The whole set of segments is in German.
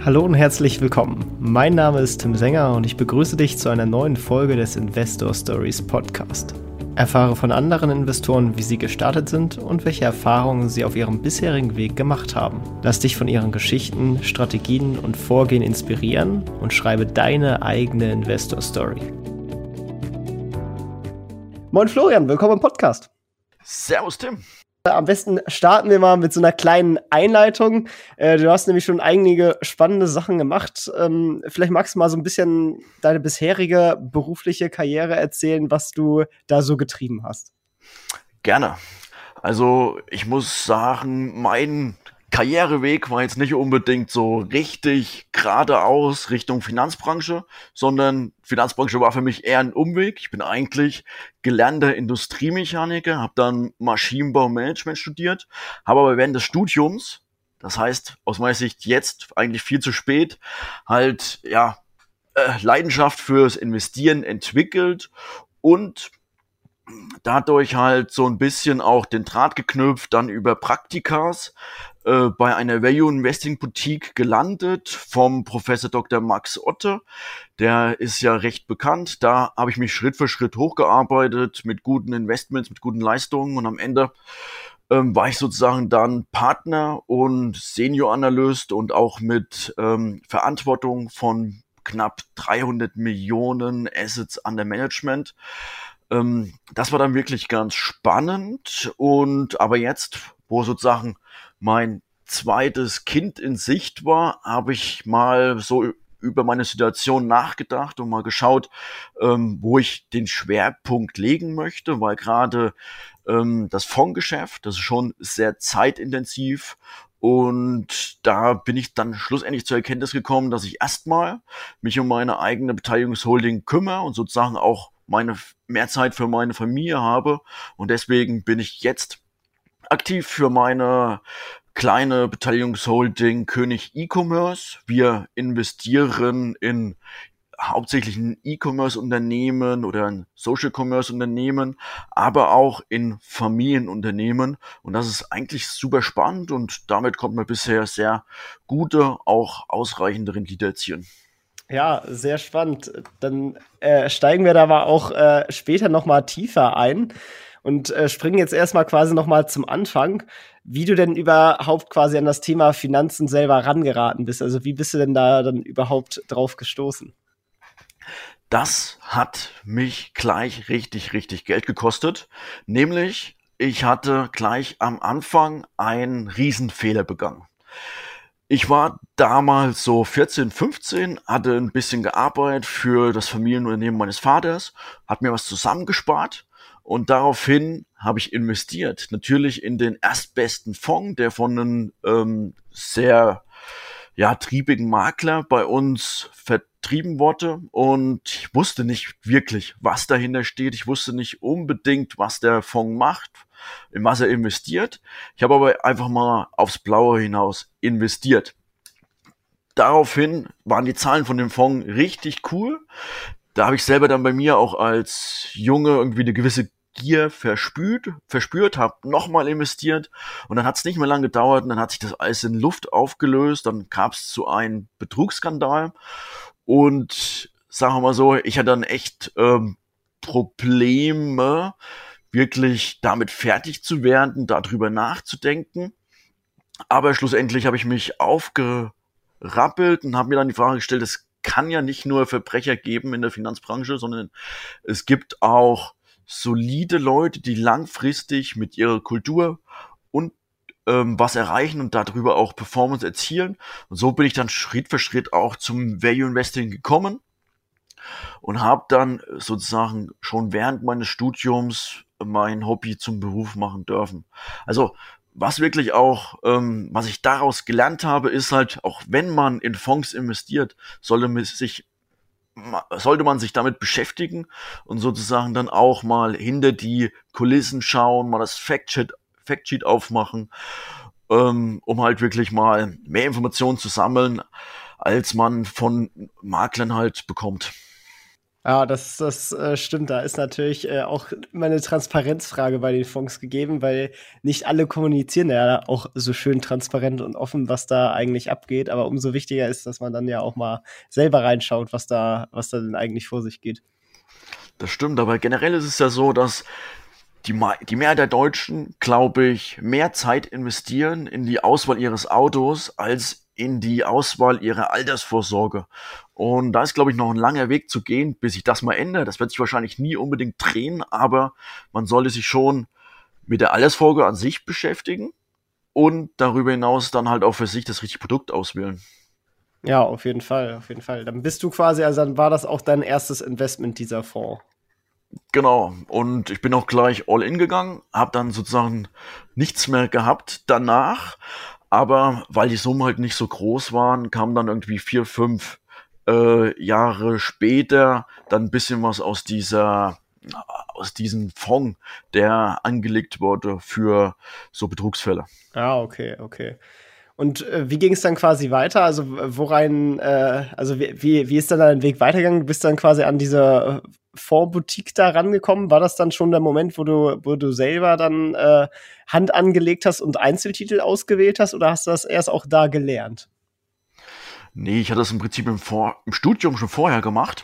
Hallo und herzlich willkommen. Mein Name ist Tim Sänger und ich begrüße dich zu einer neuen Folge des Investor Stories Podcast. Erfahre von anderen Investoren, wie sie gestartet sind und welche Erfahrungen sie auf ihrem bisherigen Weg gemacht haben. Lass dich von ihren Geschichten, Strategien und Vorgehen inspirieren und schreibe deine eigene Investor Story. Moin Florian, willkommen im Podcast. Servus Tim. Am besten starten wir mal mit so einer kleinen Einleitung. Du hast nämlich schon einige spannende Sachen gemacht. Vielleicht magst du mal so ein bisschen deine bisherige berufliche Karriere erzählen, was du da so getrieben hast. Gerne. Also ich muss sagen, mein Karriereweg war jetzt nicht unbedingt so richtig geradeaus Richtung Finanzbranche, sondern Finanzbranche war für mich eher ein Umweg. Ich bin eigentlich gelernter Industriemechaniker, habe dann Maschinenbaumanagement studiert, habe aber während des Studiums, das heißt aus meiner Sicht jetzt eigentlich viel zu spät, halt Leidenschaft fürs Investieren entwickelt und dadurch halt so ein bisschen auch den Draht geknüpft, dann über Praktikas bei einer Value Investing Boutique gelandet vom Professor Dr. Max Otte. Der ist ja recht bekannt. Da habe ich mich Schritt für Schritt hochgearbeitet mit guten Investments, mit guten Leistungen und am Ende war ich sozusagen dann Partner und Senior Analyst und auch mit Verantwortung von knapp 300 Millionen Assets under Management. Das war dann wirklich ganz spannend aber jetzt, wo sozusagen mein zweites Kind in Sicht war, habe ich mal so über meine Situation nachgedacht und mal geschaut, wo ich den Schwerpunkt legen möchte, weil gerade das Fondsgeschäft, das ist schon sehr zeitintensiv und da bin ich dann schlussendlich zur Erkenntnis gekommen, dass ich erstmal mich um meine eigene Beteiligungsholding kümmere und sozusagen auch mehr Zeit für meine Familie habe und deswegen bin ich jetzt aktiv für meine kleine Beteiligungsholding König E-Commerce. Wir investieren in hauptsächlich in E-Commerce-Unternehmen oder in Social-Commerce-Unternehmen, aber auch in Familienunternehmen und das ist eigentlich super spannend und damit konnte man bisher sehr gute, auch ausreichende Rendite erzielen. Ja, sehr spannend. Dann steigen wir da mal auch später noch mal tiefer ein und springen jetzt erstmal quasi noch mal zum Anfang, wie du denn überhaupt quasi an das Thema Finanzen selber rangeraten bist. Also wie bist du denn da dann überhaupt drauf gestoßen? Das hat mich gleich richtig Geld gekostet, nämlich ich hatte gleich am Anfang einen Riesenfehler begangen. Ich war damals so 14, 15, hatte ein bisschen gearbeitet für das Familienunternehmen meines Vaters, hat mir was zusammengespart und daraufhin habe ich investiert. Natürlich in den erstbesten Fonds, der von einem sehr triebigen Makler bei uns vertrieben wurde und ich wusste nicht wirklich, was dahinter steht. Ich wusste nicht unbedingt, was der Fonds macht, in was er investiert. Ich habe aber einfach mal aufs Blaue hinaus investiert. Daraufhin waren die Zahlen von dem Fonds richtig cool. Da habe ich selber dann bei mir auch als Junge irgendwie eine gewisse Gier verspürt, habe nochmal investiert und dann hat es nicht mehr lange gedauert und dann hat sich das alles in Luft aufgelöst, dann gab es zu einem Betrugsskandal und sagen wir mal so, ich hatte dann echt Probleme, wirklich damit fertig zu werden, darüber nachzudenken, aber schlussendlich habe ich mich aufgerappelt und habe mir dann die Frage gestellt, es kann ja nicht nur Verbrecher geben in der Finanzbranche, sondern es gibt auch solide Leute, die langfristig mit ihrer Kultur und was erreichen und darüber auch Performance erzielen. Und so bin ich dann Schritt für Schritt auch zum Value Investing gekommen und habe dann sozusagen schon während meines Studiums mein Hobby zum Beruf machen dürfen. Also was wirklich auch, was ich daraus gelernt habe, ist halt, auch wenn man in Fonds investiert, sollte man sich damit beschäftigen und sozusagen dann auch mal hinter die Kulissen schauen, mal das Factsheet aufmachen, um halt wirklich mal mehr Informationen zu sammeln, als man von Maklern halt bekommt. Ja, das stimmt. Da ist natürlich auch immer eine Transparenzfrage bei den Fonds gegeben, weil nicht alle kommunizieren ja auch so schön transparent und offen, was da eigentlich abgeht. Aber umso wichtiger ist, dass man dann ja auch mal selber reinschaut, was da denn eigentlich vor sich geht. Das stimmt, aber generell ist es ja so, dass die Mehrheit der Deutschen, glaube ich, mehr Zeit investieren in die Auswahl ihres Autos als in die Auswahl ihrer Altersvorsorge. Und da ist, glaube ich, noch ein langer Weg zu gehen, bis sich das mal ändert. Das wird sich wahrscheinlich nie unbedingt drehen, aber man sollte sich schon mit der Altersvorsorge an sich beschäftigen und darüber hinaus dann halt auch für sich das richtige Produkt auswählen. Ja, auf jeden Fall, auf jeden Fall. Dann bist du quasi, also dann war das auch dein erstes Investment, dieser Fonds. Genau, und ich bin auch gleich all in gegangen, habe dann sozusagen nichts mehr gehabt danach, aber weil die Summen halt nicht so groß waren, kam dann irgendwie 4, 5 Jahre später dann ein bisschen was aus diesem Fonds, der angelegt wurde für so Betrugsfälle. Ah, okay, okay. Und wie ging es dann quasi weiter? Also worein, also wie ist dann dein Weg weitergegangen? Du bist dann quasi an diese Fondsboutique da rangekommen. War das dann schon der Moment, wo du selber dann Hand angelegt hast und Einzeltitel ausgewählt hast, oder hast du das erst auch da gelernt? Nee, ich hatte das im Prinzip im Studium schon vorher gemacht.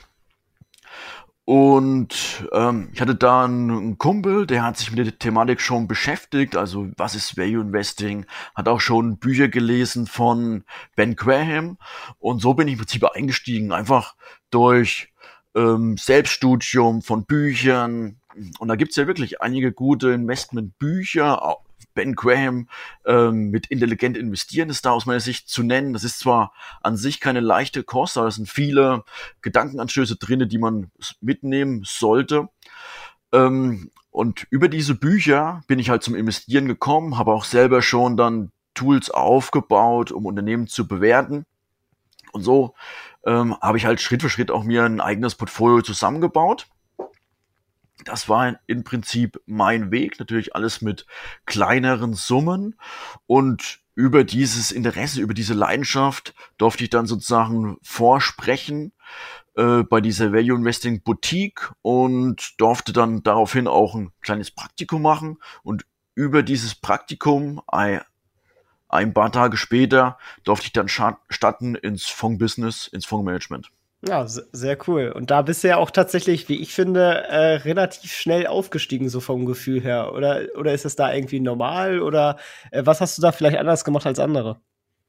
Und ich hatte da einen Kumpel, der hat sich mit der Thematik schon beschäftigt, also was ist Value Investing, hat auch schon Bücher gelesen von Ben Graham und so bin ich im Prinzip eingestiegen, einfach durch Selbststudium von Büchern und da gibt's ja wirklich einige gute Investmentbücher, Ben Graham mit intelligent investieren ist da aus meiner Sicht zu nennen. Das ist zwar an sich keine leichte Kost, aber es sind viele Gedankenanstöße drin, die man mitnehmen sollte. Und über diese Bücher bin ich halt zum Investieren gekommen, habe auch selber schon dann Tools aufgebaut, um Unternehmen zu bewerten. Und so habe ich halt Schritt für Schritt auch mir ein eigenes Portfolio zusammengebaut. Das war im Prinzip mein Weg, natürlich alles mit kleineren Summen und über dieses Interesse, über diese Leidenschaft durfte ich dann sozusagen vorsprechen bei dieser Value Investing Boutique und durfte dann daraufhin auch ein kleines Praktikum machen und über dieses Praktikum ein paar Tage später durfte ich dann starten ins Fondsbusiness, ins Fondsmanagement. Ja, sehr cool. Und da bist du ja auch tatsächlich, wie ich finde, relativ schnell aufgestiegen, so vom Gefühl her. Oder ist es da irgendwie normal? Oder was hast du da vielleicht anders gemacht als andere?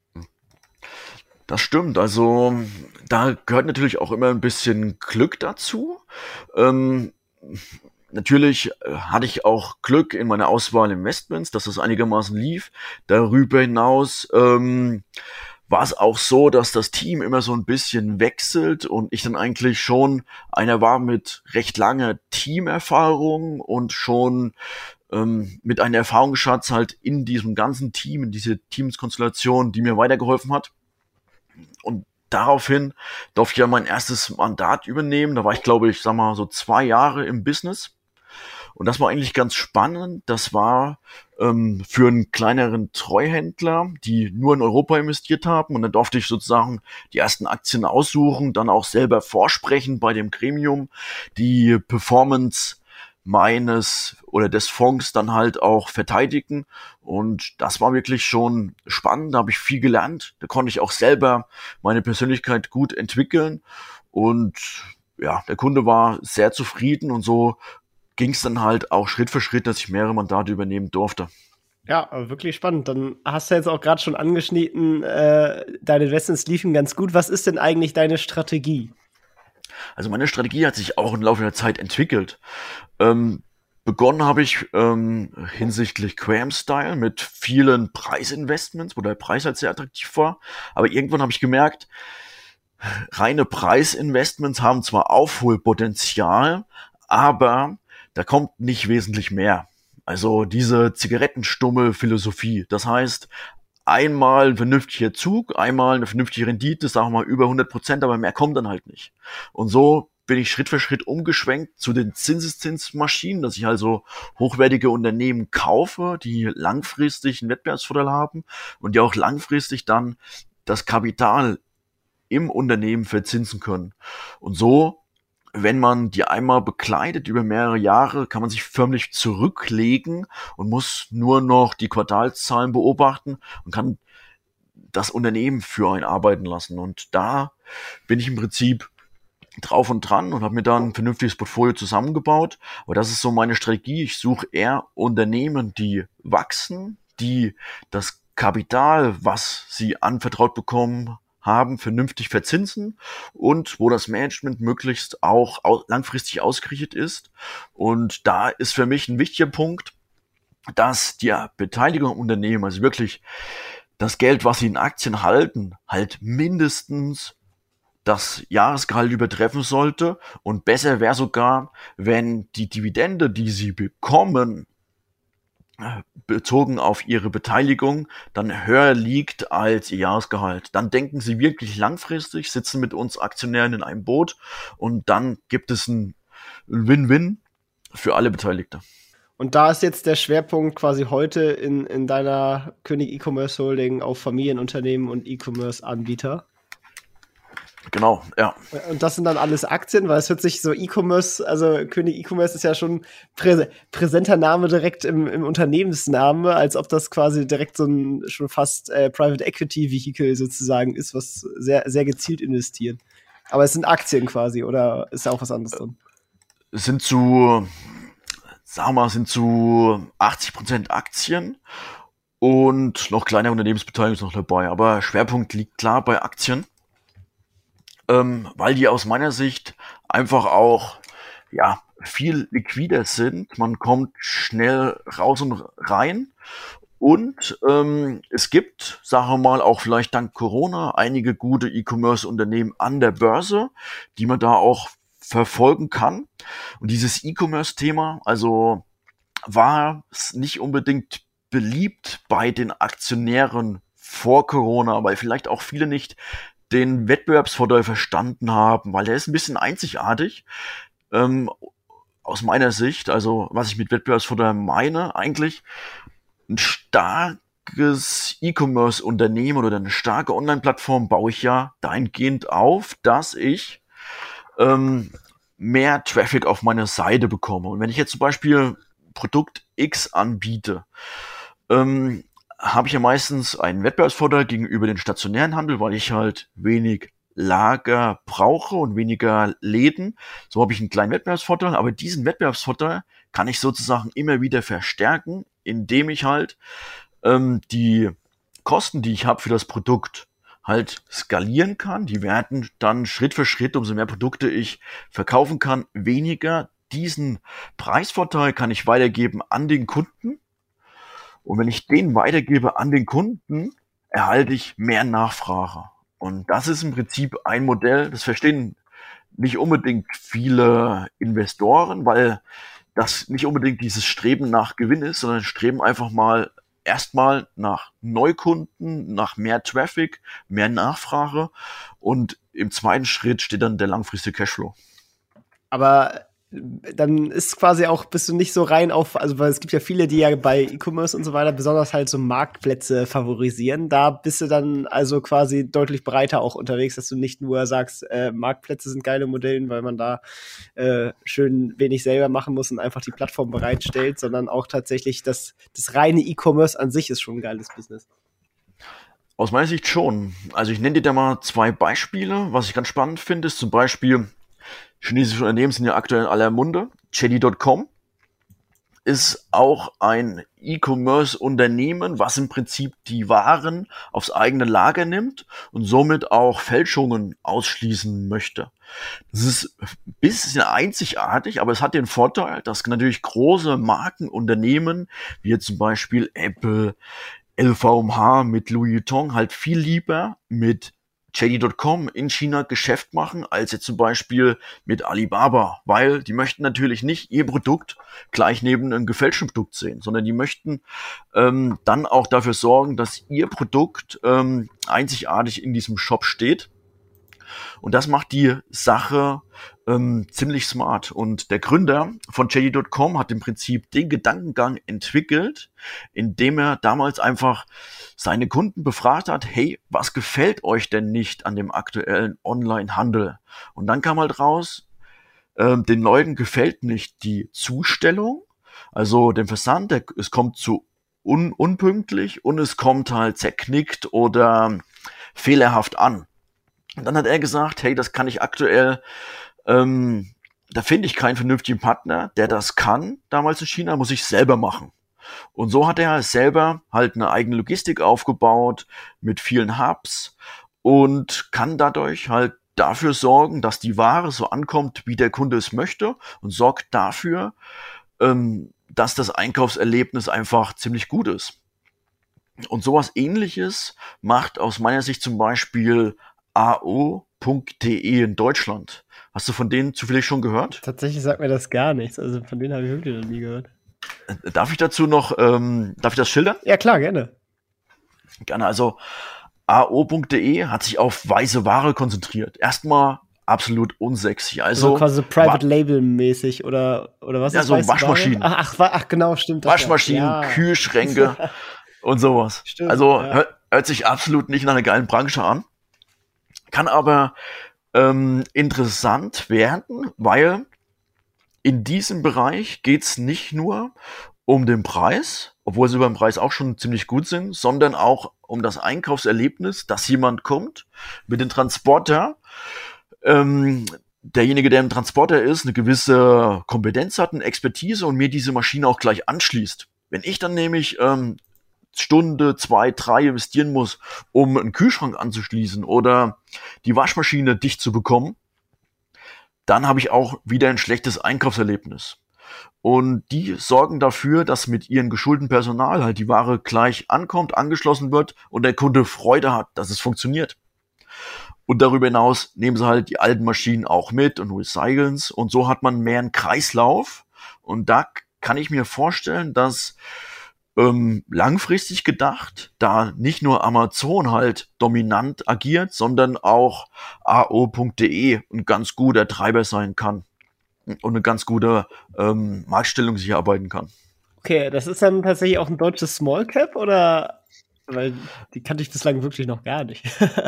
Das stimmt, also da gehört natürlich auch immer ein bisschen Glück dazu. Ähm, Natürlich hatte ich auch Glück in meiner Auswahl Investments, dass das einigermaßen lief. Darüber hinaus war es auch so, dass das Team immer so ein bisschen wechselt und ich dann eigentlich schon einer war mit recht langer Teamerfahrung und schon mit einem Erfahrungsschatz halt in diesem ganzen Team, in diese Teamskonstellation, die mir weitergeholfen hat. Und daraufhin durfte ich ja mein erstes Mandat übernehmen. Da war ich, glaube ich, sag mal, so 2 Jahre im Business. Und das war eigentlich ganz spannend. Das war für einen kleineren Treuhändler, die nur in Europa investiert haben. Und dann durfte ich sozusagen die ersten Aktien aussuchen, dann auch selber vorsprechen bei dem Gremium, die Performance meines oder des Fonds dann halt auch verteidigen. Und das war wirklich schon spannend. Da habe ich viel gelernt. Da konnte ich auch selber meine Persönlichkeit gut entwickeln. Und ja, der Kunde war sehr zufrieden und so ging es dann halt auch Schritt für Schritt, dass ich mehrere Mandate übernehmen durfte. Ja, aber wirklich spannend. Dann hast du jetzt auch gerade schon angeschnitten, deine Investments liefen ganz gut. Was ist denn eigentlich deine Strategie? Also meine Strategie hat sich auch im Laufe der Zeit entwickelt. Begonnen habe ich hinsichtlich Graham-Style mit vielen Preisinvestments, wo der Preis halt sehr attraktiv war. Aber irgendwann habe ich gemerkt, reine Preisinvestments haben zwar Aufholpotenzial, aber da kommt nicht wesentlich mehr. Also diese Zigarettenstummel-Philosophie. Das heißt, einmal ein vernünftiger Zug, einmal eine vernünftige Rendite, sagen wir mal über 100%, aber mehr kommt dann halt nicht. Und so bin ich Schritt für Schritt umgeschwenkt zu den Zinseszinsmaschinen, dass ich also hochwertige Unternehmen kaufe, die langfristig einen Wettbewerbsvorteil haben und die auch langfristig dann das Kapital im Unternehmen verzinsen können. Und so wenn man die einmal begleitet über mehrere Jahre, kann man sich förmlich zurücklegen und muss nur noch die Quartalszahlen beobachten und kann das Unternehmen für einen arbeiten lassen. Und da bin ich im Prinzip drauf und dran und habe mir dann ein vernünftiges Portfolio zusammengebaut. Aber das ist so meine Strategie. Ich suche eher Unternehmen, die wachsen, die das Kapital, was sie anvertraut bekommen haben, vernünftig verzinsen und wo das Management möglichst auch langfristig ausgerichtet ist. Und da ist für mich ein wichtiger Punkt, dass die Beteiligung am Unternehmen, also wirklich das Geld, was sie in Aktien halten, halt mindestens das Jahresgehalt übertreffen sollte. Und besser wäre sogar, wenn die Dividende, die sie bekommen, bezogen auf ihre Beteiligung, dann höher liegt als ihr Jahresgehalt. Dann denken sie wirklich langfristig, sitzen mit uns Aktionären in einem Boot und dann gibt es ein Win-Win für alle Beteiligten. Und da ist jetzt der Schwerpunkt quasi heute in deiner König E-Commerce Holding auf Familienunternehmen und E-Commerce-Anbieter. Genau, ja. Und das sind dann alles Aktien, weil es hört sich so E-Commerce, also König E-Commerce ist ja schon präsenter Name direkt im Unternehmensname, als ob das quasi direkt so ein schon fast Private Equity Vehicle sozusagen ist, was sehr, sehr gezielt investiert. Aber es sind Aktien quasi, oder ist da auch was anderes drin? Sind zu 80% Aktien und noch kleine Unternehmensbeteiligung ist noch dabei. Aber Schwerpunkt liegt klar bei Aktien. Weil die aus meiner Sicht einfach auch viel liquider sind. Man kommt schnell raus und rein. Und es gibt, sagen wir mal, auch vielleicht dank Corona einige gute E-Commerce-Unternehmen an der Börse, die man da auch verfolgen kann. Und dieses E-Commerce-Thema, also war es nicht unbedingt beliebt bei den Aktionären vor Corona, weil vielleicht auch viele nicht den Wettbewerbsvorteil verstanden haben, weil der ist ein bisschen einzigartig, aus meiner Sicht. Also was ich mit Wettbewerbsvorteil meine, eigentlich ein starkes E-Commerce-Unternehmen oder eine starke Online-Plattform baue ich ja dahingehend auf, dass ich mehr Traffic auf meine Seite bekomme. Und wenn ich jetzt zum Beispiel Produkt X anbiete, habe ich ja meistens einen Wettbewerbsvorteil gegenüber den stationären Handel, weil ich halt wenig Lager brauche und weniger Läden. So habe ich einen kleinen Wettbewerbsvorteil, aber diesen Wettbewerbsvorteil kann ich sozusagen immer wieder verstärken, indem ich halt die Kosten, die ich habe für das Produkt, halt skalieren kann. Die werden dann Schritt für Schritt, umso mehr Produkte ich verkaufen kann, weniger. Diesen Preisvorteil kann ich weitergeben an den Kunden. Und wenn ich den weitergebe an den Kunden, erhalte ich mehr Nachfrage. Und das ist im Prinzip ein Modell, das verstehen nicht unbedingt viele Investoren, weil das nicht unbedingt dieses Streben nach Gewinn ist, sondern Streben einfach mal erstmal nach Neukunden, nach mehr Traffic, mehr Nachfrage. Und im zweiten Schritt steht dann der langfristige Cashflow. Aber dann ist quasi auch, bist du nicht so rein auf, also weil es gibt ja viele, die ja bei E-Commerce und so weiter besonders halt so Marktplätze favorisieren. Da bist du dann also quasi deutlich breiter auch unterwegs, dass du nicht nur sagst, Marktplätze sind geile Modelle, weil man da schön wenig selber machen muss und einfach die Plattform bereitstellt, sondern auch tatsächlich das reine E-Commerce an sich ist schon ein geiles Business. Aus meiner Sicht schon. Also ich nenne dir da mal 2 Beispiele. Was ich ganz spannend finde, ist zum Beispiel, chinesische Unternehmen sind ja aktuell in aller Munde. JD.com ist auch ein E-Commerce-Unternehmen, was im Prinzip die Waren aufs eigene Lager nimmt und somit auch Fälschungen ausschließen möchte. Das ist ein bisschen einzigartig, aber es hat den Vorteil, dass natürlich große Markenunternehmen, wie jetzt zum Beispiel Apple, LVMH mit Louis Vuitton, halt viel lieber mit JD.com in China Geschäft machen, als jetzt zum Beispiel mit Alibaba, weil die möchten natürlich nicht ihr Produkt gleich neben einem gefälschten Produkt sehen, sondern die möchten dann auch dafür sorgen, dass ihr Produkt einzigartig in diesem Shop steht. Und das macht die Sache ziemlich smart. Und der Gründer von JD.com hat im Prinzip den Gedankengang entwickelt, indem er damals einfach seine Kunden befragt hat, hey, was gefällt euch denn nicht an dem aktuellen Online-Handel? Und dann kam halt raus, Den Leuten gefällt nicht die Zustellung, also den Versand, es kommt zu unpünktlich und es kommt halt zerknickt oder fehlerhaft an. Und dann hat er gesagt, hey, das kann ich aktuell, da finde ich keinen vernünftigen Partner, der das kann. Damals in China muss ich selber machen. Und so hat er selber halt eine eigene Logistik aufgebaut mit vielen Hubs und kann dadurch halt dafür sorgen, dass die Ware so ankommt, wie der Kunde es möchte und sorgt dafür, dass das Einkaufserlebnis einfach ziemlich gut ist. Und sowas Ähnliches macht aus meiner Sicht zum Beispiel AO.de in Deutschland. Hast du von denen zufällig schon gehört? Tatsächlich sagt mir das gar nichts. Also von denen habe ich wirklich noch nie gehört. Darf ich dazu noch, darf ich das schildern? Ja, klar, gerne. Gerne, also AO.de hat sich auf weiße Ware konzentriert. Erstmal absolut unsexy. Also quasi Private Label mäßig oder was ja, ist so weiße Waschmaschinen. Ware? Ach, genau, stimmt. Das Waschmaschinen, ja. Kühlschränke und sowas. Stimmt, also ja. hört sich absolut nicht nach einer geilen Branche an. Kann aber interessant werden, weil in diesem Bereich geht's nicht nur um den Preis, obwohl sie beim Preis auch schon ziemlich gut sind, sondern auch um das Einkaufserlebnis, dass jemand kommt mit dem Transporter, derjenige, der im Transporter ist, eine gewisse Kompetenz hat, eine Expertise und mir diese Maschine auch gleich anschließt. Wenn ich dann nämlich Stunde, 2, 3 investieren muss, um einen Kühlschrank anzuschließen oder die Waschmaschine dicht zu bekommen, dann habe ich auch wieder ein schlechtes Einkaufserlebnis. Und die sorgen dafür, dass mit ihrem geschulten Personal halt die Ware gleich ankommt, angeschlossen wird und der Kunde Freude hat, dass es funktioniert. Und darüber hinaus nehmen sie halt die alten Maschinen auch mit und recyceln und so hat man mehr einen Kreislauf. Und da kann ich mir vorstellen, dass langfristig gedacht, da nicht nur Amazon halt dominant agiert, sondern auch AO.de ein ganz guter Treiber sein kann und eine ganz gute Marktstellung sich erarbeiten kann. Okay, das ist dann tatsächlich auch ein deutsches Small Cap oder? Weil die kannte ich bislang wirklich noch gar nicht.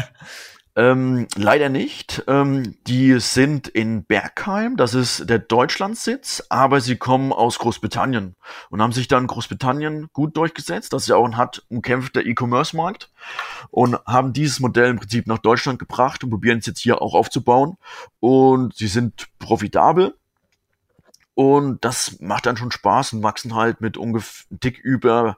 Leider nicht. Die sind in Bergheim, das ist der Deutschlandsitz, aber sie kommen aus Großbritannien und haben sich dann in Großbritannien gut durchgesetzt. Das ist ja auch ein hart umkämpfter E-Commerce-Markt und haben dieses Modell im Prinzip nach Deutschland gebracht und probieren es jetzt hier auch aufzubauen. Und sie sind profitabel und das macht dann schon Spaß und wachsen halt mit ungefähr dick über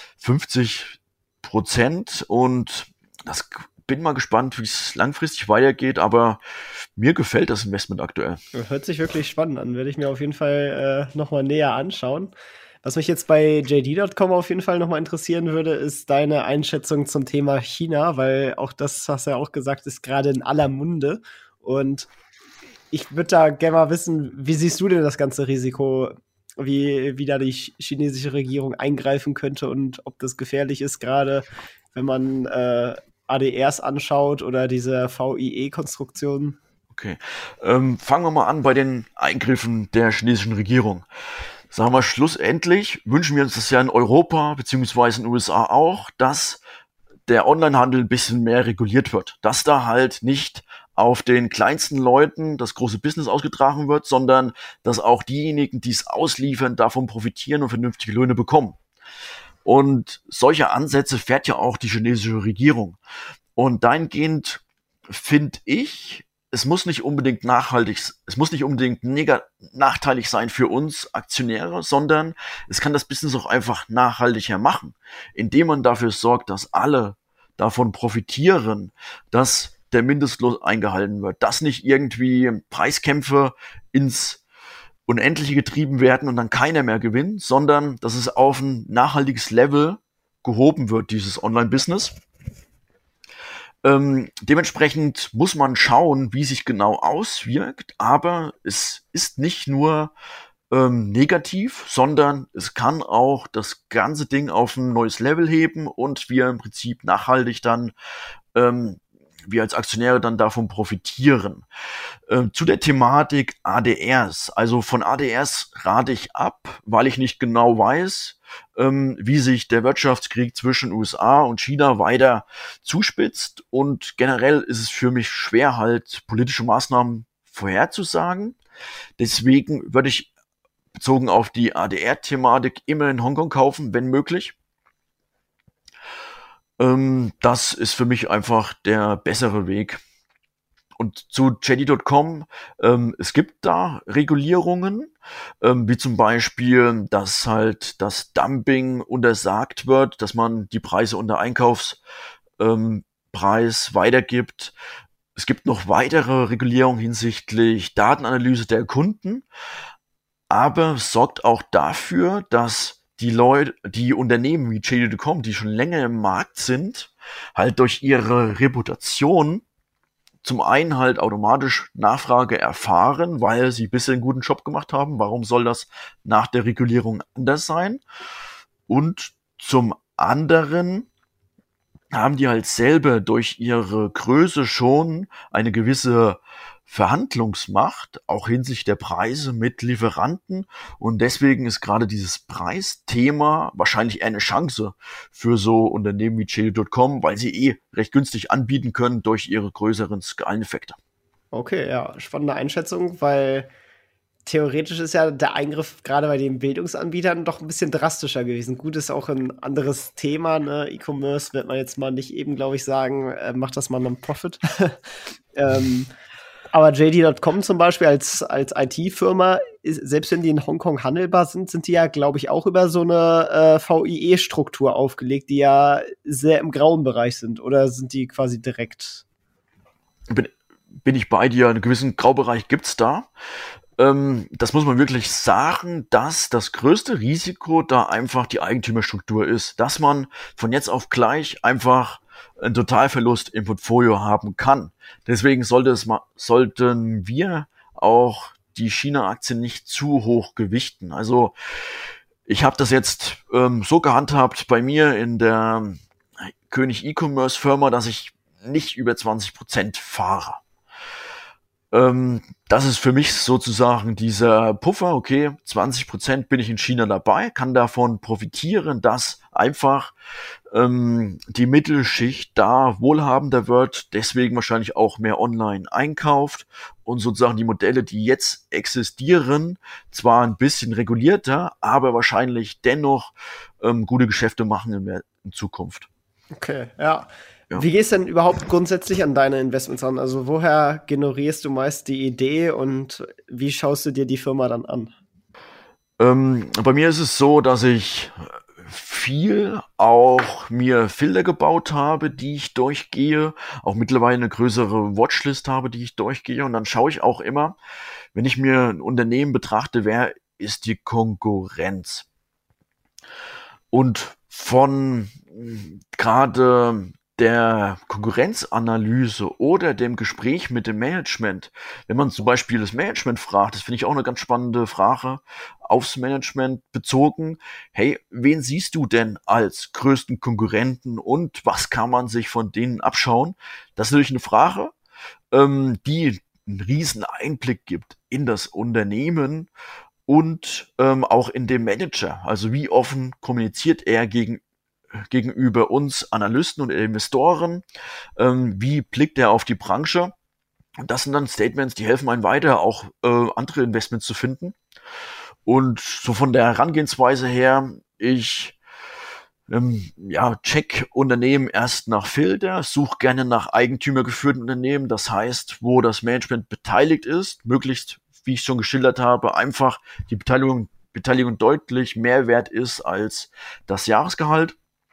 50% und das bin mal gespannt, wie es langfristig weitergeht, aber mir gefällt das Investment aktuell. Hört sich wirklich spannend an, werde ich mir auf jeden Fall nochmal näher anschauen. Was mich jetzt bei JD.com auf jeden Fall nochmal interessieren würde, ist deine Einschätzung zum Thema China, weil auch das, hast du ja auch gesagt, ist gerade in aller Munde. Und ich würde da gerne mal wissen, wie siehst du denn das ganze Risiko, wie da die chinesische Regierung eingreifen könnte und ob das gefährlich ist, gerade wenn man ADRs anschaut oder diese VIE-Konstruktion? Okay, fangen wir mal an bei den Eingriffen der chinesischen Regierung. Sagen wir, schlussendlich wünschen wir uns das ja in Europa beziehungsweise in den USA auch, dass der Onlinehandel ein bisschen mehr reguliert wird. Dass da halt nicht auf den kleinsten Leuten das große Business ausgetragen wird, sondern dass auch diejenigen, die es ausliefern, davon profitieren und vernünftige Löhne bekommen. Und solche Ansätze fährt ja auch die chinesische Regierung. Und dahingehend finde ich, es muss nicht unbedingt nachteilig sein für uns Aktionäre, sondern es kann das Business auch einfach nachhaltiger machen, indem man dafür sorgt, dass alle davon profitieren, dass der Mindestlohn eingehalten wird, dass nicht irgendwie Preiskämpfe ins Unendliche getrieben werden und dann keiner mehr gewinnt, sondern dass es auf ein nachhaltiges Level gehoben wird, dieses Online-Business. Dementsprechend muss man schauen, wie sich genau auswirkt, aber es ist nicht nur negativ, sondern es kann auch das ganze Ding auf ein neues Level heben und wir im Prinzip nachhaltig dann wir als Aktionäre dann davon profitieren. Zu der Thematik ADRs. Also von ADRs rate ich ab, weil ich nicht genau weiß, wie sich der Wirtschaftskrieg zwischen USA und China weiter zuspitzt. Und generell ist es für mich schwer, halt politische Maßnahmen vorherzusagen. Deswegen würde ich bezogen auf die ADR-Thematik immer in Hongkong kaufen, wenn möglich. Das ist für mich einfach der bessere Weg. Und zu JD.com, es gibt da Regulierungen, wie zum Beispiel, dass halt das Dumping untersagt wird, dass man die Preise unter Einkaufspreis weitergibt. Es gibt noch weitere Regulierungen hinsichtlich Datenanalyse der Kunden, aber es sorgt auch dafür, dass die Unternehmen wie JD.com, die schon länger im Markt sind, halt durch ihre Reputation zum einen halt automatisch Nachfrage erfahren, weil sie bisher einen guten Job gemacht haben. Warum soll das nach der Regulierung anders sein? Und zum anderen haben die halt selber durch ihre Größe schon eine gewisse Verhandlungsmacht, auch hinsichtlich der Preise mit Lieferanten. Und deswegen ist gerade dieses Preisthema wahrscheinlich eher eine Chance für so Unternehmen wie JD.com, weil sie recht günstig anbieten können durch ihre größeren Skaleneffekte. Okay, ja, spannende Einschätzung, weil theoretisch ist ja der Eingriff gerade bei den Bildungsanbietern doch ein bisschen drastischer gewesen. Gut, ist auch ein anderes Thema, ne? E-Commerce wird man jetzt mal nicht eben, glaube ich, sagen, macht das mal Non-Profit. Aber JD.com zum Beispiel als IT-Firma, selbst wenn die in Hongkong handelbar sind, sind die ja, glaube ich, auch über so eine VIE-Struktur aufgelegt, die ja sehr im grauen Bereich sind. Oder sind die quasi direkt? Bin ich bei dir, einen gewissen Graubereich gibt's da. Das muss man wirklich sagen, dass das größte Risiko da einfach die Eigentümerstruktur ist, dass man von jetzt auf gleich einfach einen Totalverlust im Portfolio haben kann. Deswegen sollten wir auch die China-Aktien nicht zu hoch gewichten. Also ich habe das jetzt so gehandhabt bei mir in der König E-Commerce Firma, dass ich nicht über 20% fahre. Das ist für mich sozusagen dieser Puffer, okay, 20% bin ich in China dabei, kann davon profitieren, dass einfach die Mittelschicht da wohlhabender wird, deswegen wahrscheinlich auch mehr online einkauft und sozusagen die Modelle, die jetzt existieren, zwar ein bisschen regulierter, aber wahrscheinlich dennoch gute Geschäfte machen in Zukunft. Okay, ja. Ja. Wie gehst du denn überhaupt grundsätzlich an deine Investments an? Also woher generierst du meist die Idee und wie schaust du dir die Firma dann an? Bei mir ist es so, dass ich viel auch mir Filter gebaut habe, die ich durchgehe, auch mittlerweile eine größere Watchlist habe, die ich durchgehe und dann schaue ich auch immer, wenn ich mir ein Unternehmen betrachte, wer ist die Konkurrenz? Und von gerade der Konkurrenzanalyse oder dem Gespräch mit dem Management, wenn man zum Beispiel das Management fragt, das finde ich auch eine ganz spannende Frage, aufs Management bezogen, hey, wen siehst du denn als größten Konkurrenten und was kann man sich von denen abschauen? Das ist natürlich eine Frage, die einen riesen Einblick gibt in das Unternehmen und auch in dem Manager. Also wie offen kommuniziert er gegenüber uns Analysten und Investoren, wie blickt er auf die Branche. Und das sind dann Statements, die helfen einem weiter, auch andere Investments zu finden. Und so von der Herangehensweise her, ich check Unternehmen erst nach Filter, suche gerne nach eigentümergeführten Unternehmen, das heißt, wo das Management beteiligt ist, möglichst, wie ich schon geschildert habe, einfach die Beteiligung deutlich mehr wert ist als das Jahresgehalt.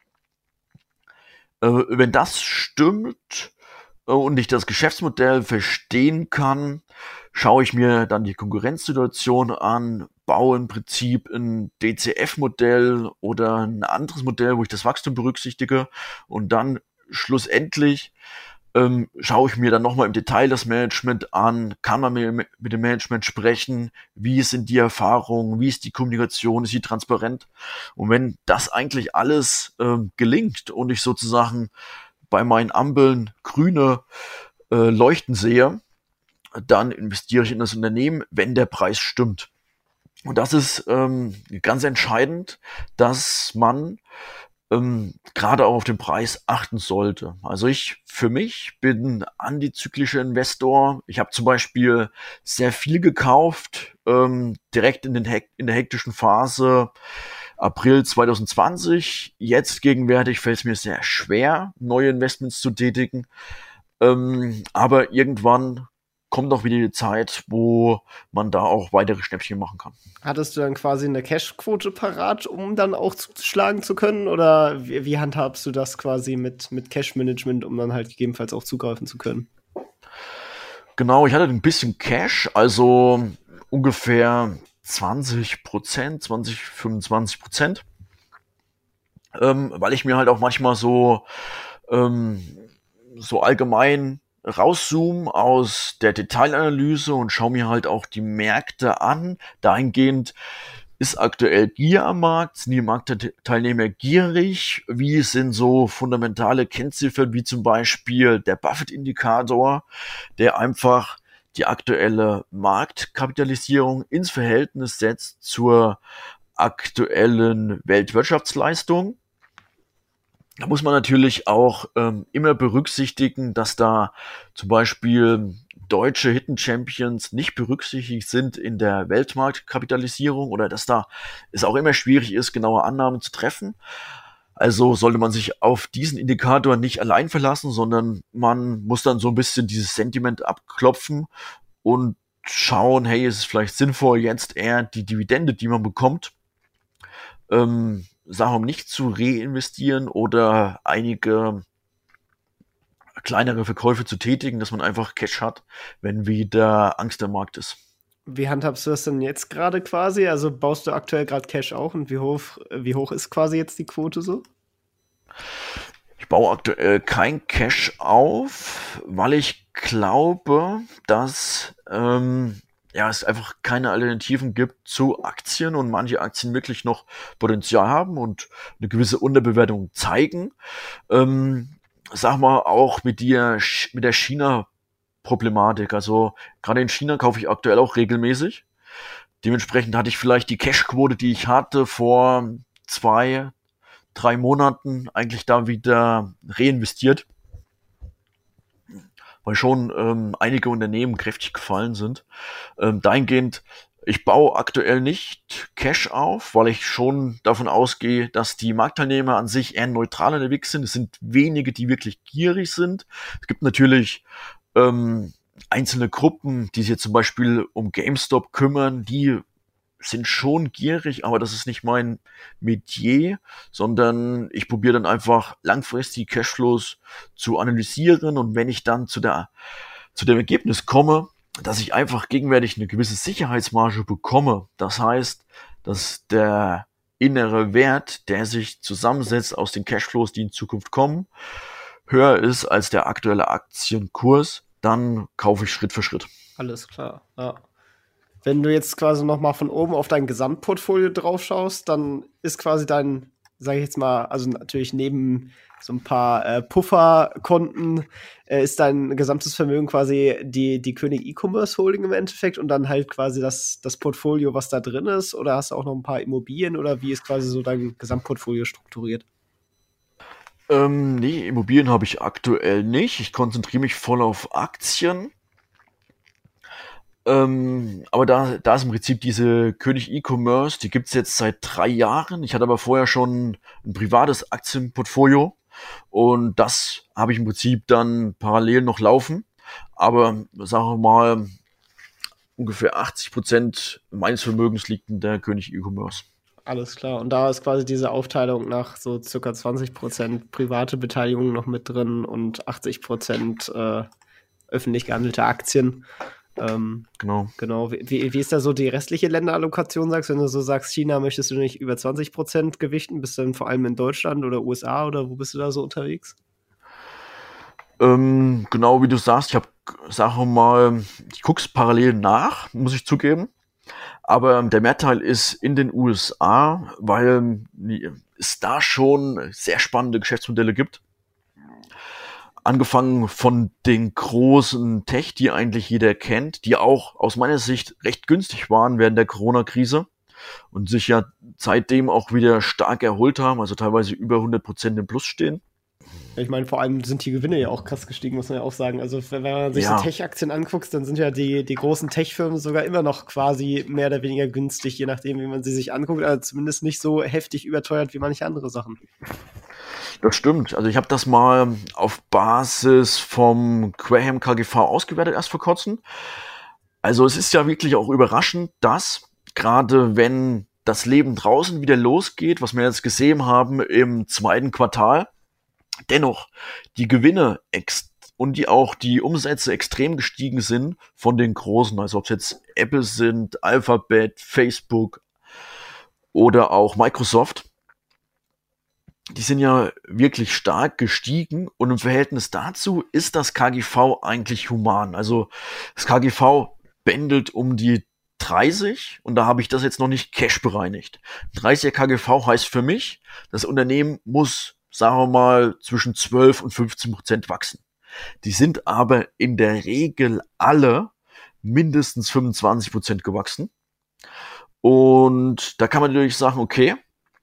Wenn das stimmt und ich das Geschäftsmodell verstehen kann, schaue ich mir dann die Konkurrenzsituation an, baue im Prinzip ein DCF-Modell oder ein anderes Modell, wo ich das Wachstum berücksichtige und dann schlussendlich schaue ich mir dann nochmal im Detail das Management an, kann man mit dem Management sprechen, wie sind die Erfahrungen, wie ist die Kommunikation, ist sie transparent? Und wenn das eigentlich alles gelingt und ich sozusagen bei meinen Ampeln grüne Leuchten sehe, dann investiere ich in das Unternehmen, wenn der Preis stimmt. Und das ist ganz entscheidend, dass man gerade auch auf den Preis achten sollte. Also ich für mich bin antizyklischer Investor. Ich habe zum Beispiel sehr viel gekauft, direkt in der hektischen Phase April 2020. Jetzt gegenwärtig fällt es mir sehr schwer, neue Investments zu tätigen. Aber irgendwann kommt auch wieder die Zeit, wo man da auch weitere Schnäppchen machen kann. Hattest du dann quasi eine Cash-Quote parat, um dann auch zuschlagen zu können? Oder wie handhabst du das quasi mit Cash-Management, um dann halt gegebenenfalls auch zugreifen zu können? Genau, ich hatte ein bisschen Cash, also ungefähr 20%, 25%, weil ich mir halt auch manchmal so allgemein rauszoome aus der Detailanalyse und schaue mir halt auch die Märkte an. Dahingehend ist aktuell Gier am Markt, sind die Marktteilnehmer gierig, wie sind so fundamentale Kennziffern wie zum Beispiel der Buffett-Indikator, der einfach die aktuelle Marktkapitalisierung ins Verhältnis setzt zur aktuellen Weltwirtschaftsleistung. Da muss man natürlich auch immer berücksichtigen, dass da zum Beispiel deutsche Hidden Champions nicht berücksichtigt sind in der Weltmarktkapitalisierung oder dass da es auch immer schwierig ist, genaue Annahmen zu treffen. Also sollte man sich auf diesen Indikator nicht allein verlassen, sondern man muss dann so ein bisschen dieses Sentiment abklopfen und schauen, hey, ist es vielleicht sinnvoll, jetzt eher die Dividende, die man bekommt, sagen wir mal, nicht zu reinvestieren oder einige kleinere Verkäufe zu tätigen, dass man einfach Cash hat, wenn wieder Angst am Markt ist. Wie handhabst du das denn jetzt gerade quasi? Also baust du aktuell gerade Cash auf und wie hoch ist quasi jetzt die Quote so? Ich baue aktuell kein Cash auf, weil ich glaube, dass es einfach keine Alternativen gibt zu Aktien und manche Aktien wirklich noch Potenzial haben und eine gewisse Unterbewertung zeigen. Sag mal, auch mit der China-Problematik. Also gerade in China kaufe ich aktuell auch regelmäßig. Dementsprechend hatte ich vielleicht die Cash-Quote, die ich hatte vor 2-3 Monaten, eigentlich da wieder reinvestiert, weil schon einige Unternehmen kräftig gefallen sind. Dahingehend, ich baue aktuell nicht Cash auf, weil ich schon davon ausgehe, dass die Marktteilnehmer an sich eher neutral unterwegs sind. Es sind wenige, die wirklich gierig sind. Es gibt natürlich einzelne Gruppen, die sich jetzt zum Beispiel um GameStop kümmern, die sind schon gierig, aber das ist nicht mein Metier, sondern ich probiere dann einfach langfristig Cashflows zu analysieren und wenn ich dann zu dem Ergebnis komme, dass ich einfach gegenwärtig eine gewisse Sicherheitsmarge bekomme, das heißt, dass der innere Wert, der sich zusammensetzt aus den Cashflows, die in Zukunft kommen, höher ist als der aktuelle Aktienkurs, dann kaufe ich Schritt für Schritt. Alles klar, ja. Wenn du jetzt quasi noch mal von oben auf dein Gesamtportfolio drauf schaust, dann ist quasi dein, sage ich jetzt mal, also natürlich neben so ein paar Pufferkonten, ist dein gesamtes Vermögen quasi die König E-Commerce Holding im Endeffekt und dann halt quasi das Portfolio, was da drin ist? Oder hast du auch noch ein paar Immobilien oder wie ist quasi so dein Gesamtportfolio strukturiert? Nee, Immobilien habe ich aktuell nicht. Ich konzentriere mich voll auf Aktien. Aber da ist im Prinzip diese König E-Commerce, die gibt's jetzt seit 3 Jahren. Ich hatte aber vorher schon ein privates Aktienportfolio und das habe ich im Prinzip dann parallel noch laufen. Aber sagen wir mal, ungefähr 80% meines Vermögens liegt in der König E-Commerce. Alles klar. Und da ist quasi diese Aufteilung nach so circa 20% private Beteiligung noch mit drin und 80% öffentlich gehandelte Aktien. Genau. Genau. Wie ist da so die restliche Länderallokation, sagst du? Wenn du so sagst, China möchtest du nicht über 20% gewichten, bist du dann vor allem in Deutschland oder USA oder wo bist du da so unterwegs? Genau wie du sagst, ich guck's parallel nach, muss ich zugeben. Aber der Mehrteil ist in den USA, weil es da schon sehr spannende Geschäftsmodelle gibt. Angefangen von den großen Tech, die eigentlich jeder kennt, die auch aus meiner Sicht recht günstig waren während der Corona-Krise. und sich ja seitdem auch wieder stark erholt haben, also teilweise über 100% im Plus stehen. Ich meine, vor allem sind die Gewinne ja auch krass gestiegen, muss man ja auch sagen. Also wenn man sich so Tech-Aktien anguckt, dann sind ja die großen Tech-Firmen sogar immer noch quasi mehr oder weniger günstig, je nachdem, wie man sie sich anguckt, aber zumindest nicht so heftig überteuert wie manche andere Sachen. Das stimmt. Also ich habe das mal auf Basis vom Graham KGV ausgewertet erst vor kurzem. Also es ist ja wirklich auch überraschend, dass gerade wenn das Leben draußen wieder losgeht, was wir jetzt gesehen haben im zweiten Quartal, dennoch die Gewinne und die Umsätze extrem gestiegen sind von den Großen, also ob es jetzt Apple sind, Alphabet, Facebook oder auch Microsoft. Die sind ja wirklich stark gestiegen und im Verhältnis dazu ist das KGV eigentlich human. Also das KGV pendelt um die 30 und da habe ich das jetzt noch nicht Cash bereinigt. 30er KGV heißt für mich, das Unternehmen muss, sagen wir mal, zwischen 12 und 15% wachsen. Die sind aber in der Regel alle mindestens 25% gewachsen. Und da kann man natürlich sagen, okay,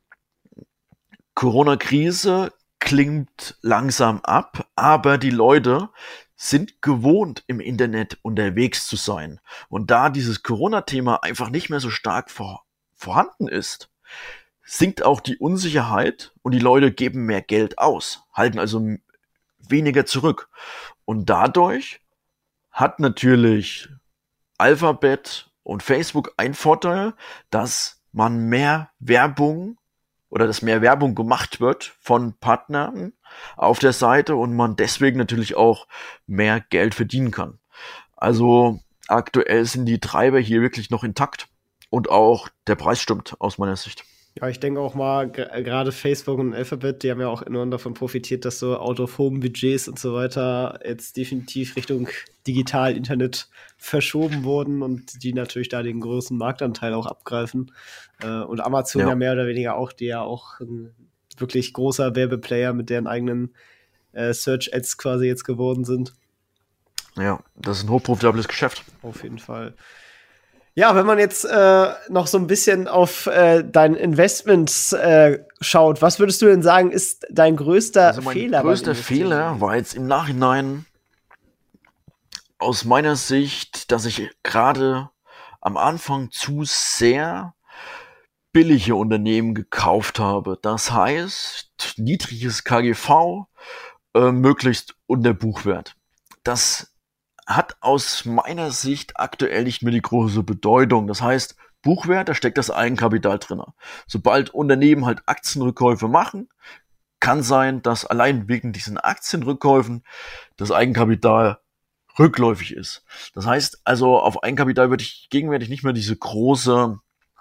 Corona-Krise klingt langsam ab, aber die Leute sind gewohnt, im Internet unterwegs zu sein. Und da dieses Corona-Thema einfach nicht mehr so stark vorhanden ist, sinkt auch die Unsicherheit und die Leute geben mehr Geld aus, halten also weniger zurück. Und dadurch hat natürlich Alphabet und Facebook einen Vorteil, dass man mehr Werbung oder dass mehr Werbung gemacht wird von Partnern auf der Seite und man deswegen natürlich auch mehr Geld verdienen kann. Also aktuell sind die Treiber hier wirklich noch intakt und auch der Preis stimmt aus meiner Sicht. Ja, ich denke auch mal, gerade Facebook und Alphabet, die haben ja auch enorm davon profitiert, dass so Out-of-Home-Budgets und so weiter jetzt definitiv Richtung Digital-Internet verschoben wurden und die natürlich da den großen Marktanteil auch abgreifen. Und Amazon ja mehr oder weniger auch, die ja auch ein wirklich großer Werbeplayer mit deren eigenen Search-Ads quasi jetzt geworden sind. Ja, das ist ein hochprofitables Geschäft. Auf jeden Fall. Ja, wenn man jetzt noch so ein bisschen auf dein Investments schaut, was würdest du denn sagen, ist dein größter Fehler? Mein größter Fehler war jetzt im Nachhinein aus meiner Sicht, dass ich gerade am Anfang zu sehr billige Unternehmen gekauft habe. Das heißt, niedriges KGV, möglichst unter Buchwert. Das hat aus meiner Sicht aktuell nicht mehr die große Bedeutung. Das heißt, Buchwert, da steckt das Eigenkapital drin. Sobald Unternehmen halt Aktienrückkäufe machen, kann sein, dass allein wegen diesen Aktienrückkäufen das Eigenkapital rückläufig ist. Das heißt also, auf Eigenkapital würde ich gegenwärtig nicht mehr diesen großen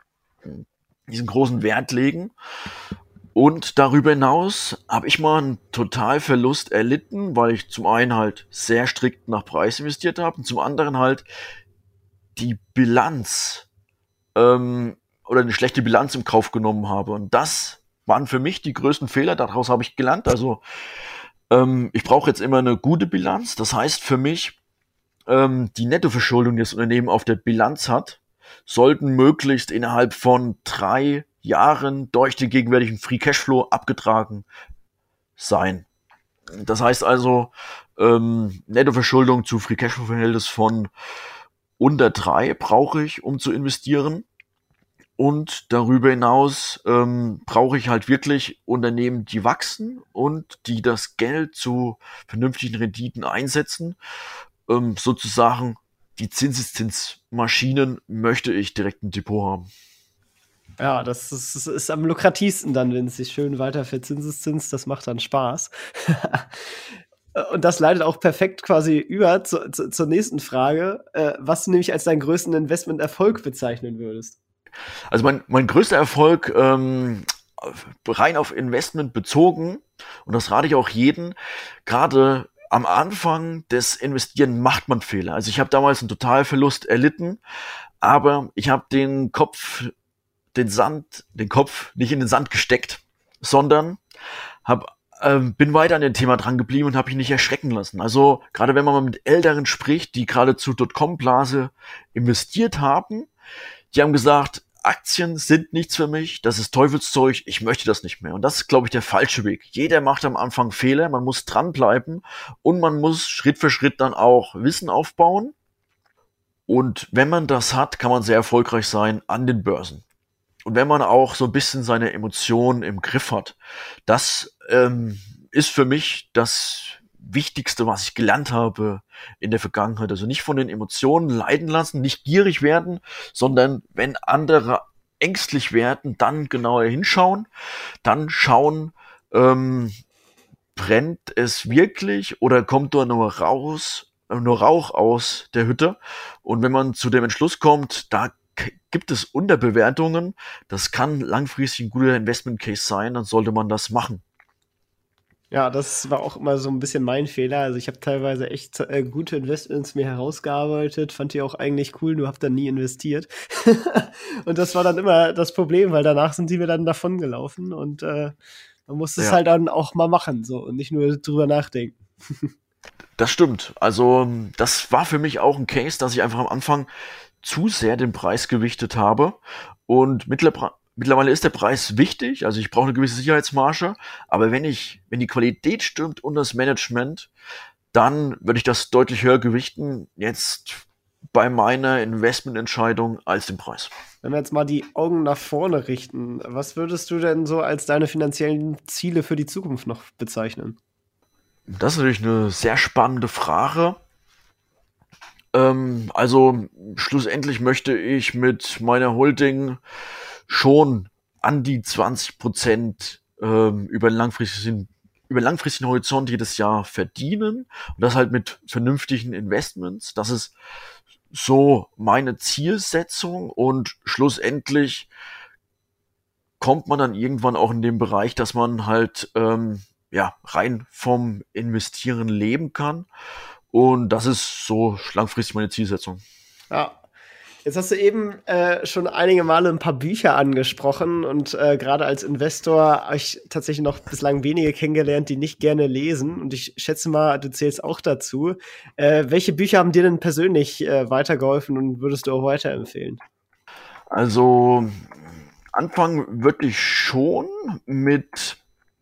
Wert legen. Und darüber hinaus habe ich mal einen Totalverlust erlitten, weil ich zum einen halt sehr strikt nach Preis investiert habe und zum anderen halt die Bilanz oder eine schlechte Bilanz im Kauf genommen habe. Und das waren für mich die größten Fehler. Daraus habe ich gelernt. Also ich brauche jetzt immer eine gute Bilanz. Das heißt für mich, die Nettoverschuldung, die das Unternehmen auf der Bilanz hat, sollten möglichst innerhalb von 3 Jahren durch den gegenwärtigen Free Cashflow abgetragen sein. Das heißt also, Nettoverschuldung zu Free Cashflow-Verhältnis von unter 3 brauche ich, um zu investieren. Und darüber hinaus brauche ich halt wirklich Unternehmen, die wachsen und die das Geld zu vernünftigen Renditen einsetzen. Sozusagen die Zinseszinsmaschinen möchte ich direkt im Depot haben. Ja, das ist am lukrativsten dann, wenn es sich schön weiter verzinseszins, das macht dann Spaß. Und das leitet auch perfekt quasi über zur nächsten Frage, was du nämlich als deinen größten Investmenterfolg bezeichnen würdest. Also mein größter Erfolg, rein auf Investment bezogen, und das rate ich auch jedem, gerade am Anfang des Investieren macht man Fehler. Also ich habe damals einen Totalverlust erlitten, aber ich habe den Kopf nicht in den Sand gesteckt, sondern bin weiter an dem Thema dran geblieben und habe mich nicht erschrecken lassen. Also gerade wenn man mal mit Älteren spricht, die gerade zu Dotcom-Blase investiert haben, die haben gesagt, Aktien sind nichts für mich, das ist Teufelszeug, ich möchte das nicht mehr. Und das ist, glaube ich, der falsche Weg. Jeder macht am Anfang Fehler, man muss dranbleiben und man muss Schritt für Schritt dann auch Wissen aufbauen. Und wenn man das hat, kann man sehr erfolgreich sein an den Börsen. Und wenn man auch so ein bisschen seine Emotionen im Griff hat, das ist für mich das Wichtigste, was ich gelernt habe in der Vergangenheit. Also nicht von den Emotionen leiden lassen, nicht gierig werden, sondern wenn andere ängstlich werden, dann genauer hinschauen, dann schauen, brennt es wirklich oder kommt da nur Rauch aus der Hütte. Und wenn man zu dem Entschluss kommt, da gibt es Unterbewertungen, das kann langfristig ein guter Investment Case sein, dann sollte man das machen. Ja, das war auch immer so ein bisschen mein Fehler. Also ich habe teilweise echt gute Investments mir herausgearbeitet, fand die auch eigentlich cool, nur habe dann nie investiert. Und das war dann immer das Problem, weil danach sind die mir dann davon gelaufen und man muss es halt dann auch mal machen so und nicht nur drüber nachdenken. Das stimmt. Also das war für mich auch ein Case, dass ich einfach am Anfang zu sehr den Preis gewichtet habe. Und mittlerweile ist der Preis wichtig, also ich brauche eine gewisse Sicherheitsmarge, aber wenn die Qualität stimmt und das Management, dann würde ich das deutlich höher gewichten, jetzt bei meiner Investmententscheidung als den Preis. Wenn wir jetzt mal die Augen nach vorne richten, was würdest du denn so als deine finanziellen Ziele für die Zukunft noch bezeichnen? Das ist natürlich eine sehr spannende Frage. Also schlussendlich möchte ich mit meiner Holding schon an die 20% über einen langfristigen Horizont jedes Jahr verdienen. Und das halt mit vernünftigen Investments. Das ist so meine Zielsetzung. Und schlussendlich kommt man dann irgendwann auch in den Bereich, dass man halt rein vom Investieren leben kann. Und das ist so langfristig meine Zielsetzung. Ja. Jetzt hast du eben schon einige Male ein paar Bücher angesprochen und gerade als Investor habe ich tatsächlich noch bislang wenige kennengelernt, die nicht gerne lesen. Und ich schätze mal, du zählst auch dazu. Welche Bücher haben dir denn persönlich weitergeholfen und würdest du auch weiterempfehlen? Also anfangen wirklich schon mit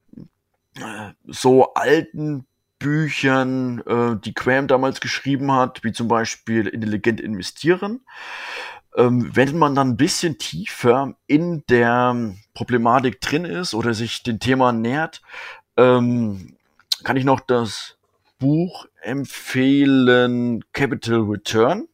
so alten Büchern, die Graham damals geschrieben hat, wie zum Beispiel Intelligent investieren. Wenn man dann ein bisschen tiefer in der Problematik drin ist oder sich dem Thema nähert, kann ich noch das Buch empfehlen, Capital Return.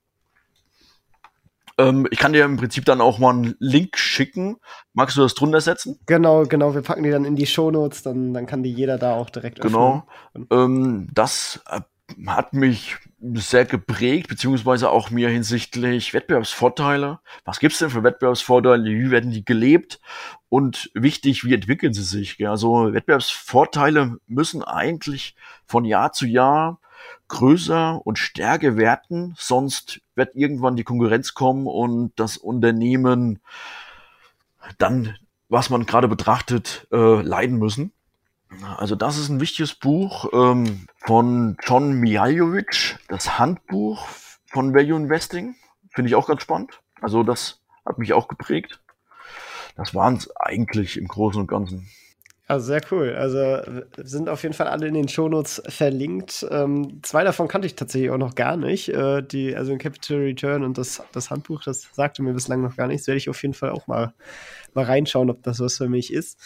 Ich kann dir im Prinzip dann auch mal einen Link schicken. Magst du das drunter setzen? Genau. Wir packen die dann in die Shownotes, dann kann die jeder da auch direkt öffnen. Genau. Das hat mich sehr geprägt, beziehungsweise auch mir hinsichtlich Wettbewerbsvorteile. Was gibt's denn für Wettbewerbsvorteile? Wie werden die gelebt? Und wichtig, wie entwickeln sie sich? Also Wettbewerbsvorteile müssen eigentlich von Jahr zu Jahr größer und stärker werden, sonst wird irgendwann die Konkurrenz kommen und das Unternehmen dann, was man gerade betrachtet, leiden müssen. Also das ist ein wichtiges Buch von John Mijalovic, das Handbuch von Value Investing. Finde ich auch ganz spannend. Also das hat mich auch geprägt. Das waren es eigentlich im Großen und Ganzen. Also sehr cool. Also sind auf jeden Fall alle in den Shownotes verlinkt. 2 davon kannte ich tatsächlich auch noch gar nicht. Also ein Capital Return und das Handbuch, das sagte mir bislang noch gar nichts. Werde ich auf jeden Fall auch mal reinschauen, ob das was für mich ist.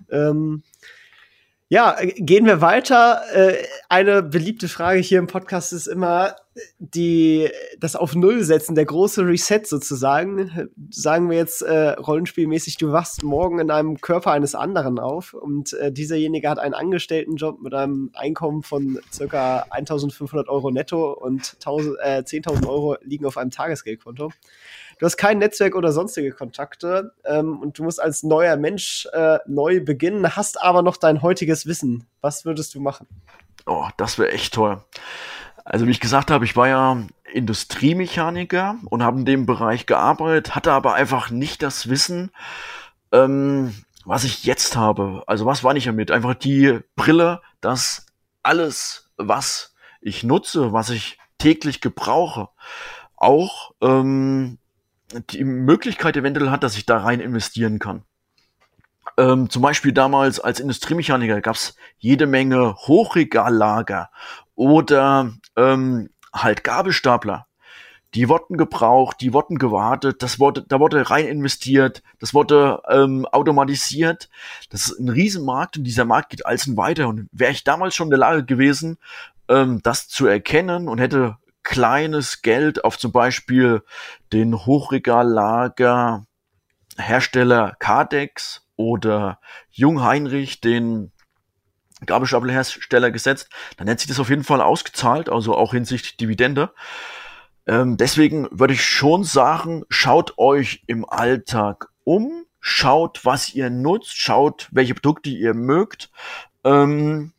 Ja, gehen wir weiter. Eine beliebte Frage hier im Podcast ist immer das auf Null setzen, der große Reset sozusagen. Sagen wir jetzt rollenspielmäßig, du wachst morgen in einem Körper eines anderen auf und dieserjenige hat einen Angestelltenjob mit einem Einkommen von circa 1.500 Euro netto und 10.000 Euro liegen auf einem Tagesgeldkonto. Du hast kein Netzwerk oder sonstige Kontakte und du musst als neuer Mensch neu beginnen, hast aber noch dein heutiges Wissen. Was würdest du machen? Oh, das wäre echt toll. Also wie ich gesagt habe, ich war ja Industriemechaniker und habe in dem Bereich gearbeitet, hatte aber einfach nicht das Wissen, was ich jetzt habe. Also was war ich damit? Einfach die Brille, dass alles, was ich nutze, was ich täglich gebrauche, auch die Möglichkeit eventuell hat, dass ich da rein investieren kann. Zum Beispiel damals als Industriemechaniker gab es jede Menge Hochregallager oder halt Gabelstapler. Die wurden gebraucht, die wurden gewartet, da wurde rein investiert, das wurde automatisiert. Das ist ein Riesenmarkt und dieser Markt geht allen weiter. Und wäre ich damals schon in der Lage gewesen, das zu erkennen und hätte kleines Geld auf zum Beispiel den Hochregallager Hersteller Kardex oder Jungheinrich, den Gabelstaplerhersteller, gesetzt, dann hätte sich das auf jeden Fall ausgezahlt, also auch hinsichtlich Dividende. Deswegen würde ich schon sagen, schaut euch im Alltag um, schaut, was ihr nutzt, schaut, welche Produkte ihr mögt, und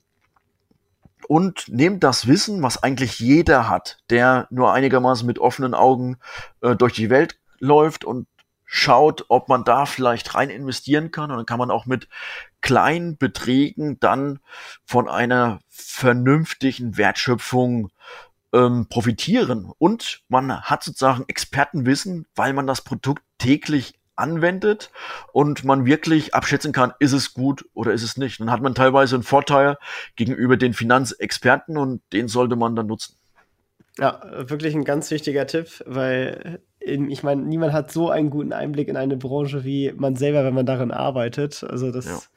nehmt das Wissen, was eigentlich jeder hat, der nur einigermaßen mit offenen Augen durch die Welt läuft, und schaut, ob man da vielleicht rein investieren kann. Und dann kann man auch mit kleinen Beträgen dann von einer vernünftigen Wertschöpfung profitieren. Und man hat sozusagen Expertenwissen, weil man das Produkt täglich anwendet und man wirklich abschätzen kann, ist es gut oder ist es nicht. Dann hat man teilweise einen Vorteil gegenüber den Finanzexperten und den sollte man dann nutzen. Ja, wirklich ein ganz wichtiger Tipp, weil ich meine, niemand hat so einen guten Einblick in eine Branche wie man selber, wenn man darin arbeitet. Also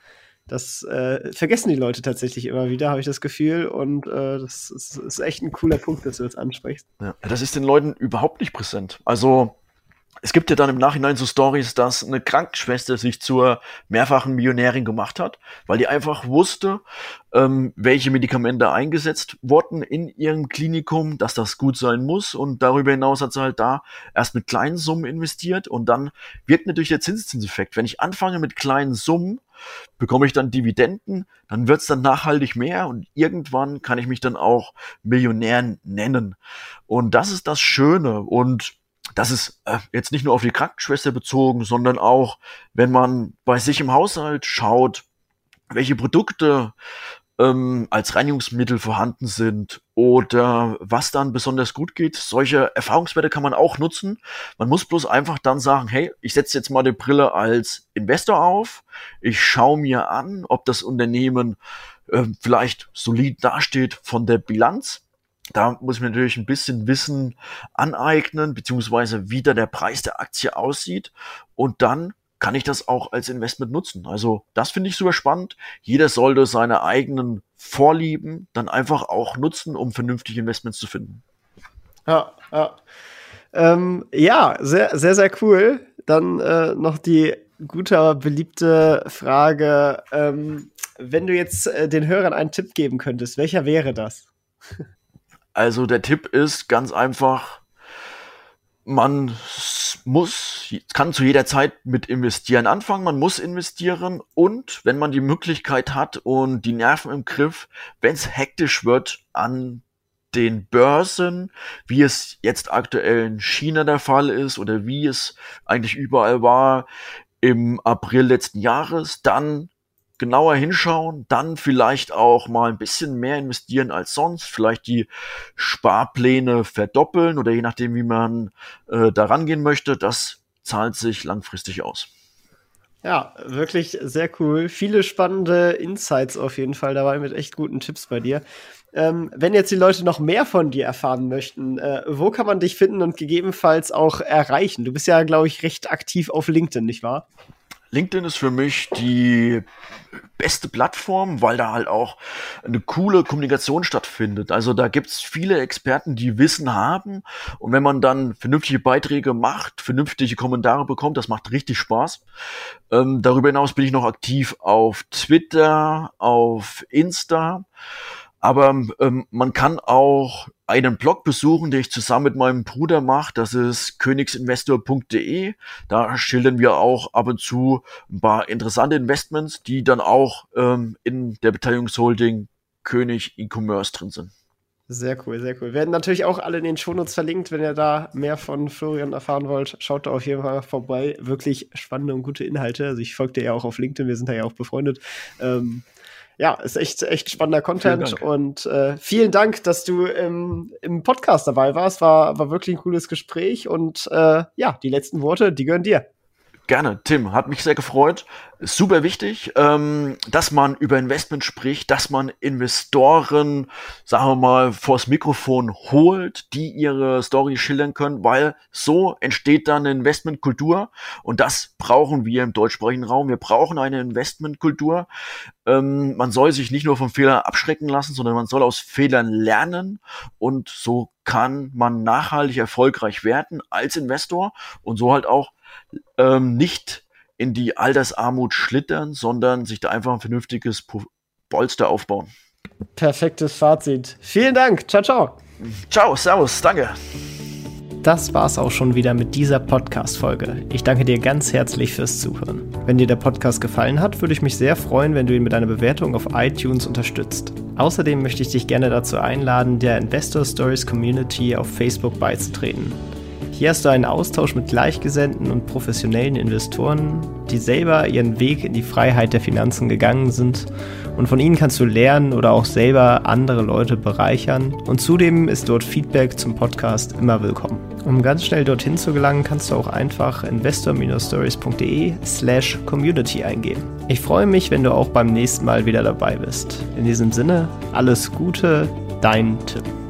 das vergessen die Leute tatsächlich immer wieder, habe ich das Gefühl. Und das ist echt ein cooler Punkt, dass du das ansprichst. Ja, das ist den Leuten überhaupt nicht präsent. Also es gibt ja dann im Nachhinein so Stories, dass eine Krankenschwester sich zur mehrfachen Millionärin gemacht hat, weil die einfach wusste, welche Medikamente eingesetzt wurden in ihrem Klinikum, dass das gut sein muss. Und darüber hinaus hat sie halt da erst mit kleinen Summen investiert. Und dann wirkt natürlich der Zinseszinseffekt. Wenn ich anfange mit kleinen Summen, bekomme ich dann Dividenden, dann wird es dann nachhaltig mehr und irgendwann kann ich mich dann auch Millionär nennen. Und das ist das Schöne. Und das ist jetzt nicht nur auf die Krankenschwester bezogen, sondern auch, wenn man bei sich im Haushalt schaut, welche Produkte als Reinigungsmittel vorhanden sind oder was dann besonders gut geht. Solche Erfahrungswerte kann man auch nutzen. Man muss bloß einfach dann sagen, hey, ich setze jetzt mal die Brille als Investor auf. Ich schaue mir an, ob das Unternehmen vielleicht solid dasteht von der Bilanz. Da muss ich mir natürlich ein bisschen Wissen aneignen, beziehungsweise wie da der Preis der Aktie aussieht. Und dann kann ich das auch als Investment nutzen. Also das finde ich super spannend. Jeder sollte seine eigenen Vorlieben dann einfach auch nutzen, um vernünftige Investments zu finden. Ja, sehr, sehr, sehr cool. Dann noch die gute, aber beliebte Frage. Wenn du jetzt den Hörern einen Tipp geben könntest, welcher wäre das? Also der Tipp ist ganz einfach, man kann zu jeder Zeit mit Investieren anfangen, man muss investieren und wenn man die Möglichkeit hat und die Nerven im Griff, wenn es hektisch wird an den Börsen, wie es jetzt aktuell in China der Fall ist oder wie es eigentlich überall war im April letzten Jahres, dann genauer hinschauen, dann vielleicht auch mal ein bisschen mehr investieren als sonst, vielleicht die Sparpläne verdoppeln oder je nachdem, wie man da rangehen möchte, das zahlt sich langfristig aus. Ja, wirklich sehr cool. Viele spannende Insights auf jeden Fall dabei mit echt guten Tipps bei dir. Wenn jetzt die Leute noch mehr von dir erfahren möchten, wo kann man dich finden und gegebenenfalls auch erreichen? Du bist ja, glaube ich, recht aktiv auf LinkedIn, nicht wahr? LinkedIn ist für mich die beste Plattform, weil da halt auch eine coole Kommunikation stattfindet. Also da gibt's viele Experten, die Wissen haben und wenn man dann vernünftige Beiträge macht, vernünftige Kommentare bekommt, das macht richtig Spaß. Darüber hinaus bin ich noch aktiv auf Twitter, auf Insta. Aber man kann auch einen Blog besuchen, den ich zusammen mit meinem Bruder mache. Das ist königsinvestor.de. Da schildern wir auch ab und zu ein paar interessante Investments, die dann auch in der Beteiligungsholding König E-Commerce drin sind. Sehr cool, sehr cool. Werden natürlich auch alle in den Shownotes verlinkt, wenn ihr da mehr von Florian erfahren wollt. Schaut da auf jeden Fall vorbei. Wirklich spannende und gute Inhalte. Also ich folge dir ja auch auf LinkedIn, wir sind da ja auch befreundet. Ja, ist echt spannender Content und vielen Dank, dass du im Podcast dabei warst. War wirklich ein cooles Gespräch und die letzten Worte, die gehören dir. Gerne, Tim, hat mich sehr gefreut. Super wichtig, dass man über Investment spricht, dass man Investoren, sagen wir mal, vors Mikrofon holt, die ihre Story schildern können, weil so entsteht dann eine Investmentkultur und das brauchen wir im deutschsprachigen Raum. Wir brauchen eine Investmentkultur. Man soll sich nicht nur vom Fehler abschrecken lassen, sondern man soll aus Fehlern lernen und so kann man nachhaltig erfolgreich werden als Investor und so halt auch nicht in die Altersarmut schlittern, sondern sich da einfach ein vernünftiges Polster aufbauen. Perfektes Fazit. Vielen Dank. Ciao, ciao. Ciao, servus, danke. Das war's auch schon wieder mit dieser Podcast-Folge. Ich danke dir ganz herzlich fürs Zuhören. Wenn dir der Podcast gefallen hat, würde ich mich sehr freuen, wenn du ihn mit einer Bewertung auf iTunes unterstützt. Außerdem möchte ich dich gerne dazu einladen, der Investor Stories Community auf Facebook beizutreten. Hier hast du einen Austausch mit Gleichgesinnten und professionellen Investoren, die selber ihren Weg in die Freiheit der Finanzen gegangen sind und von ihnen kannst du lernen oder auch selber andere Leute bereichern und zudem ist dort Feedback zum Podcast immer willkommen. Um ganz schnell dorthin zu gelangen, kannst du auch einfach investor-stories.de/community eingeben. Ich freue mich, wenn du auch beim nächsten Mal wieder dabei bist. In diesem Sinne, alles Gute, dein Tim.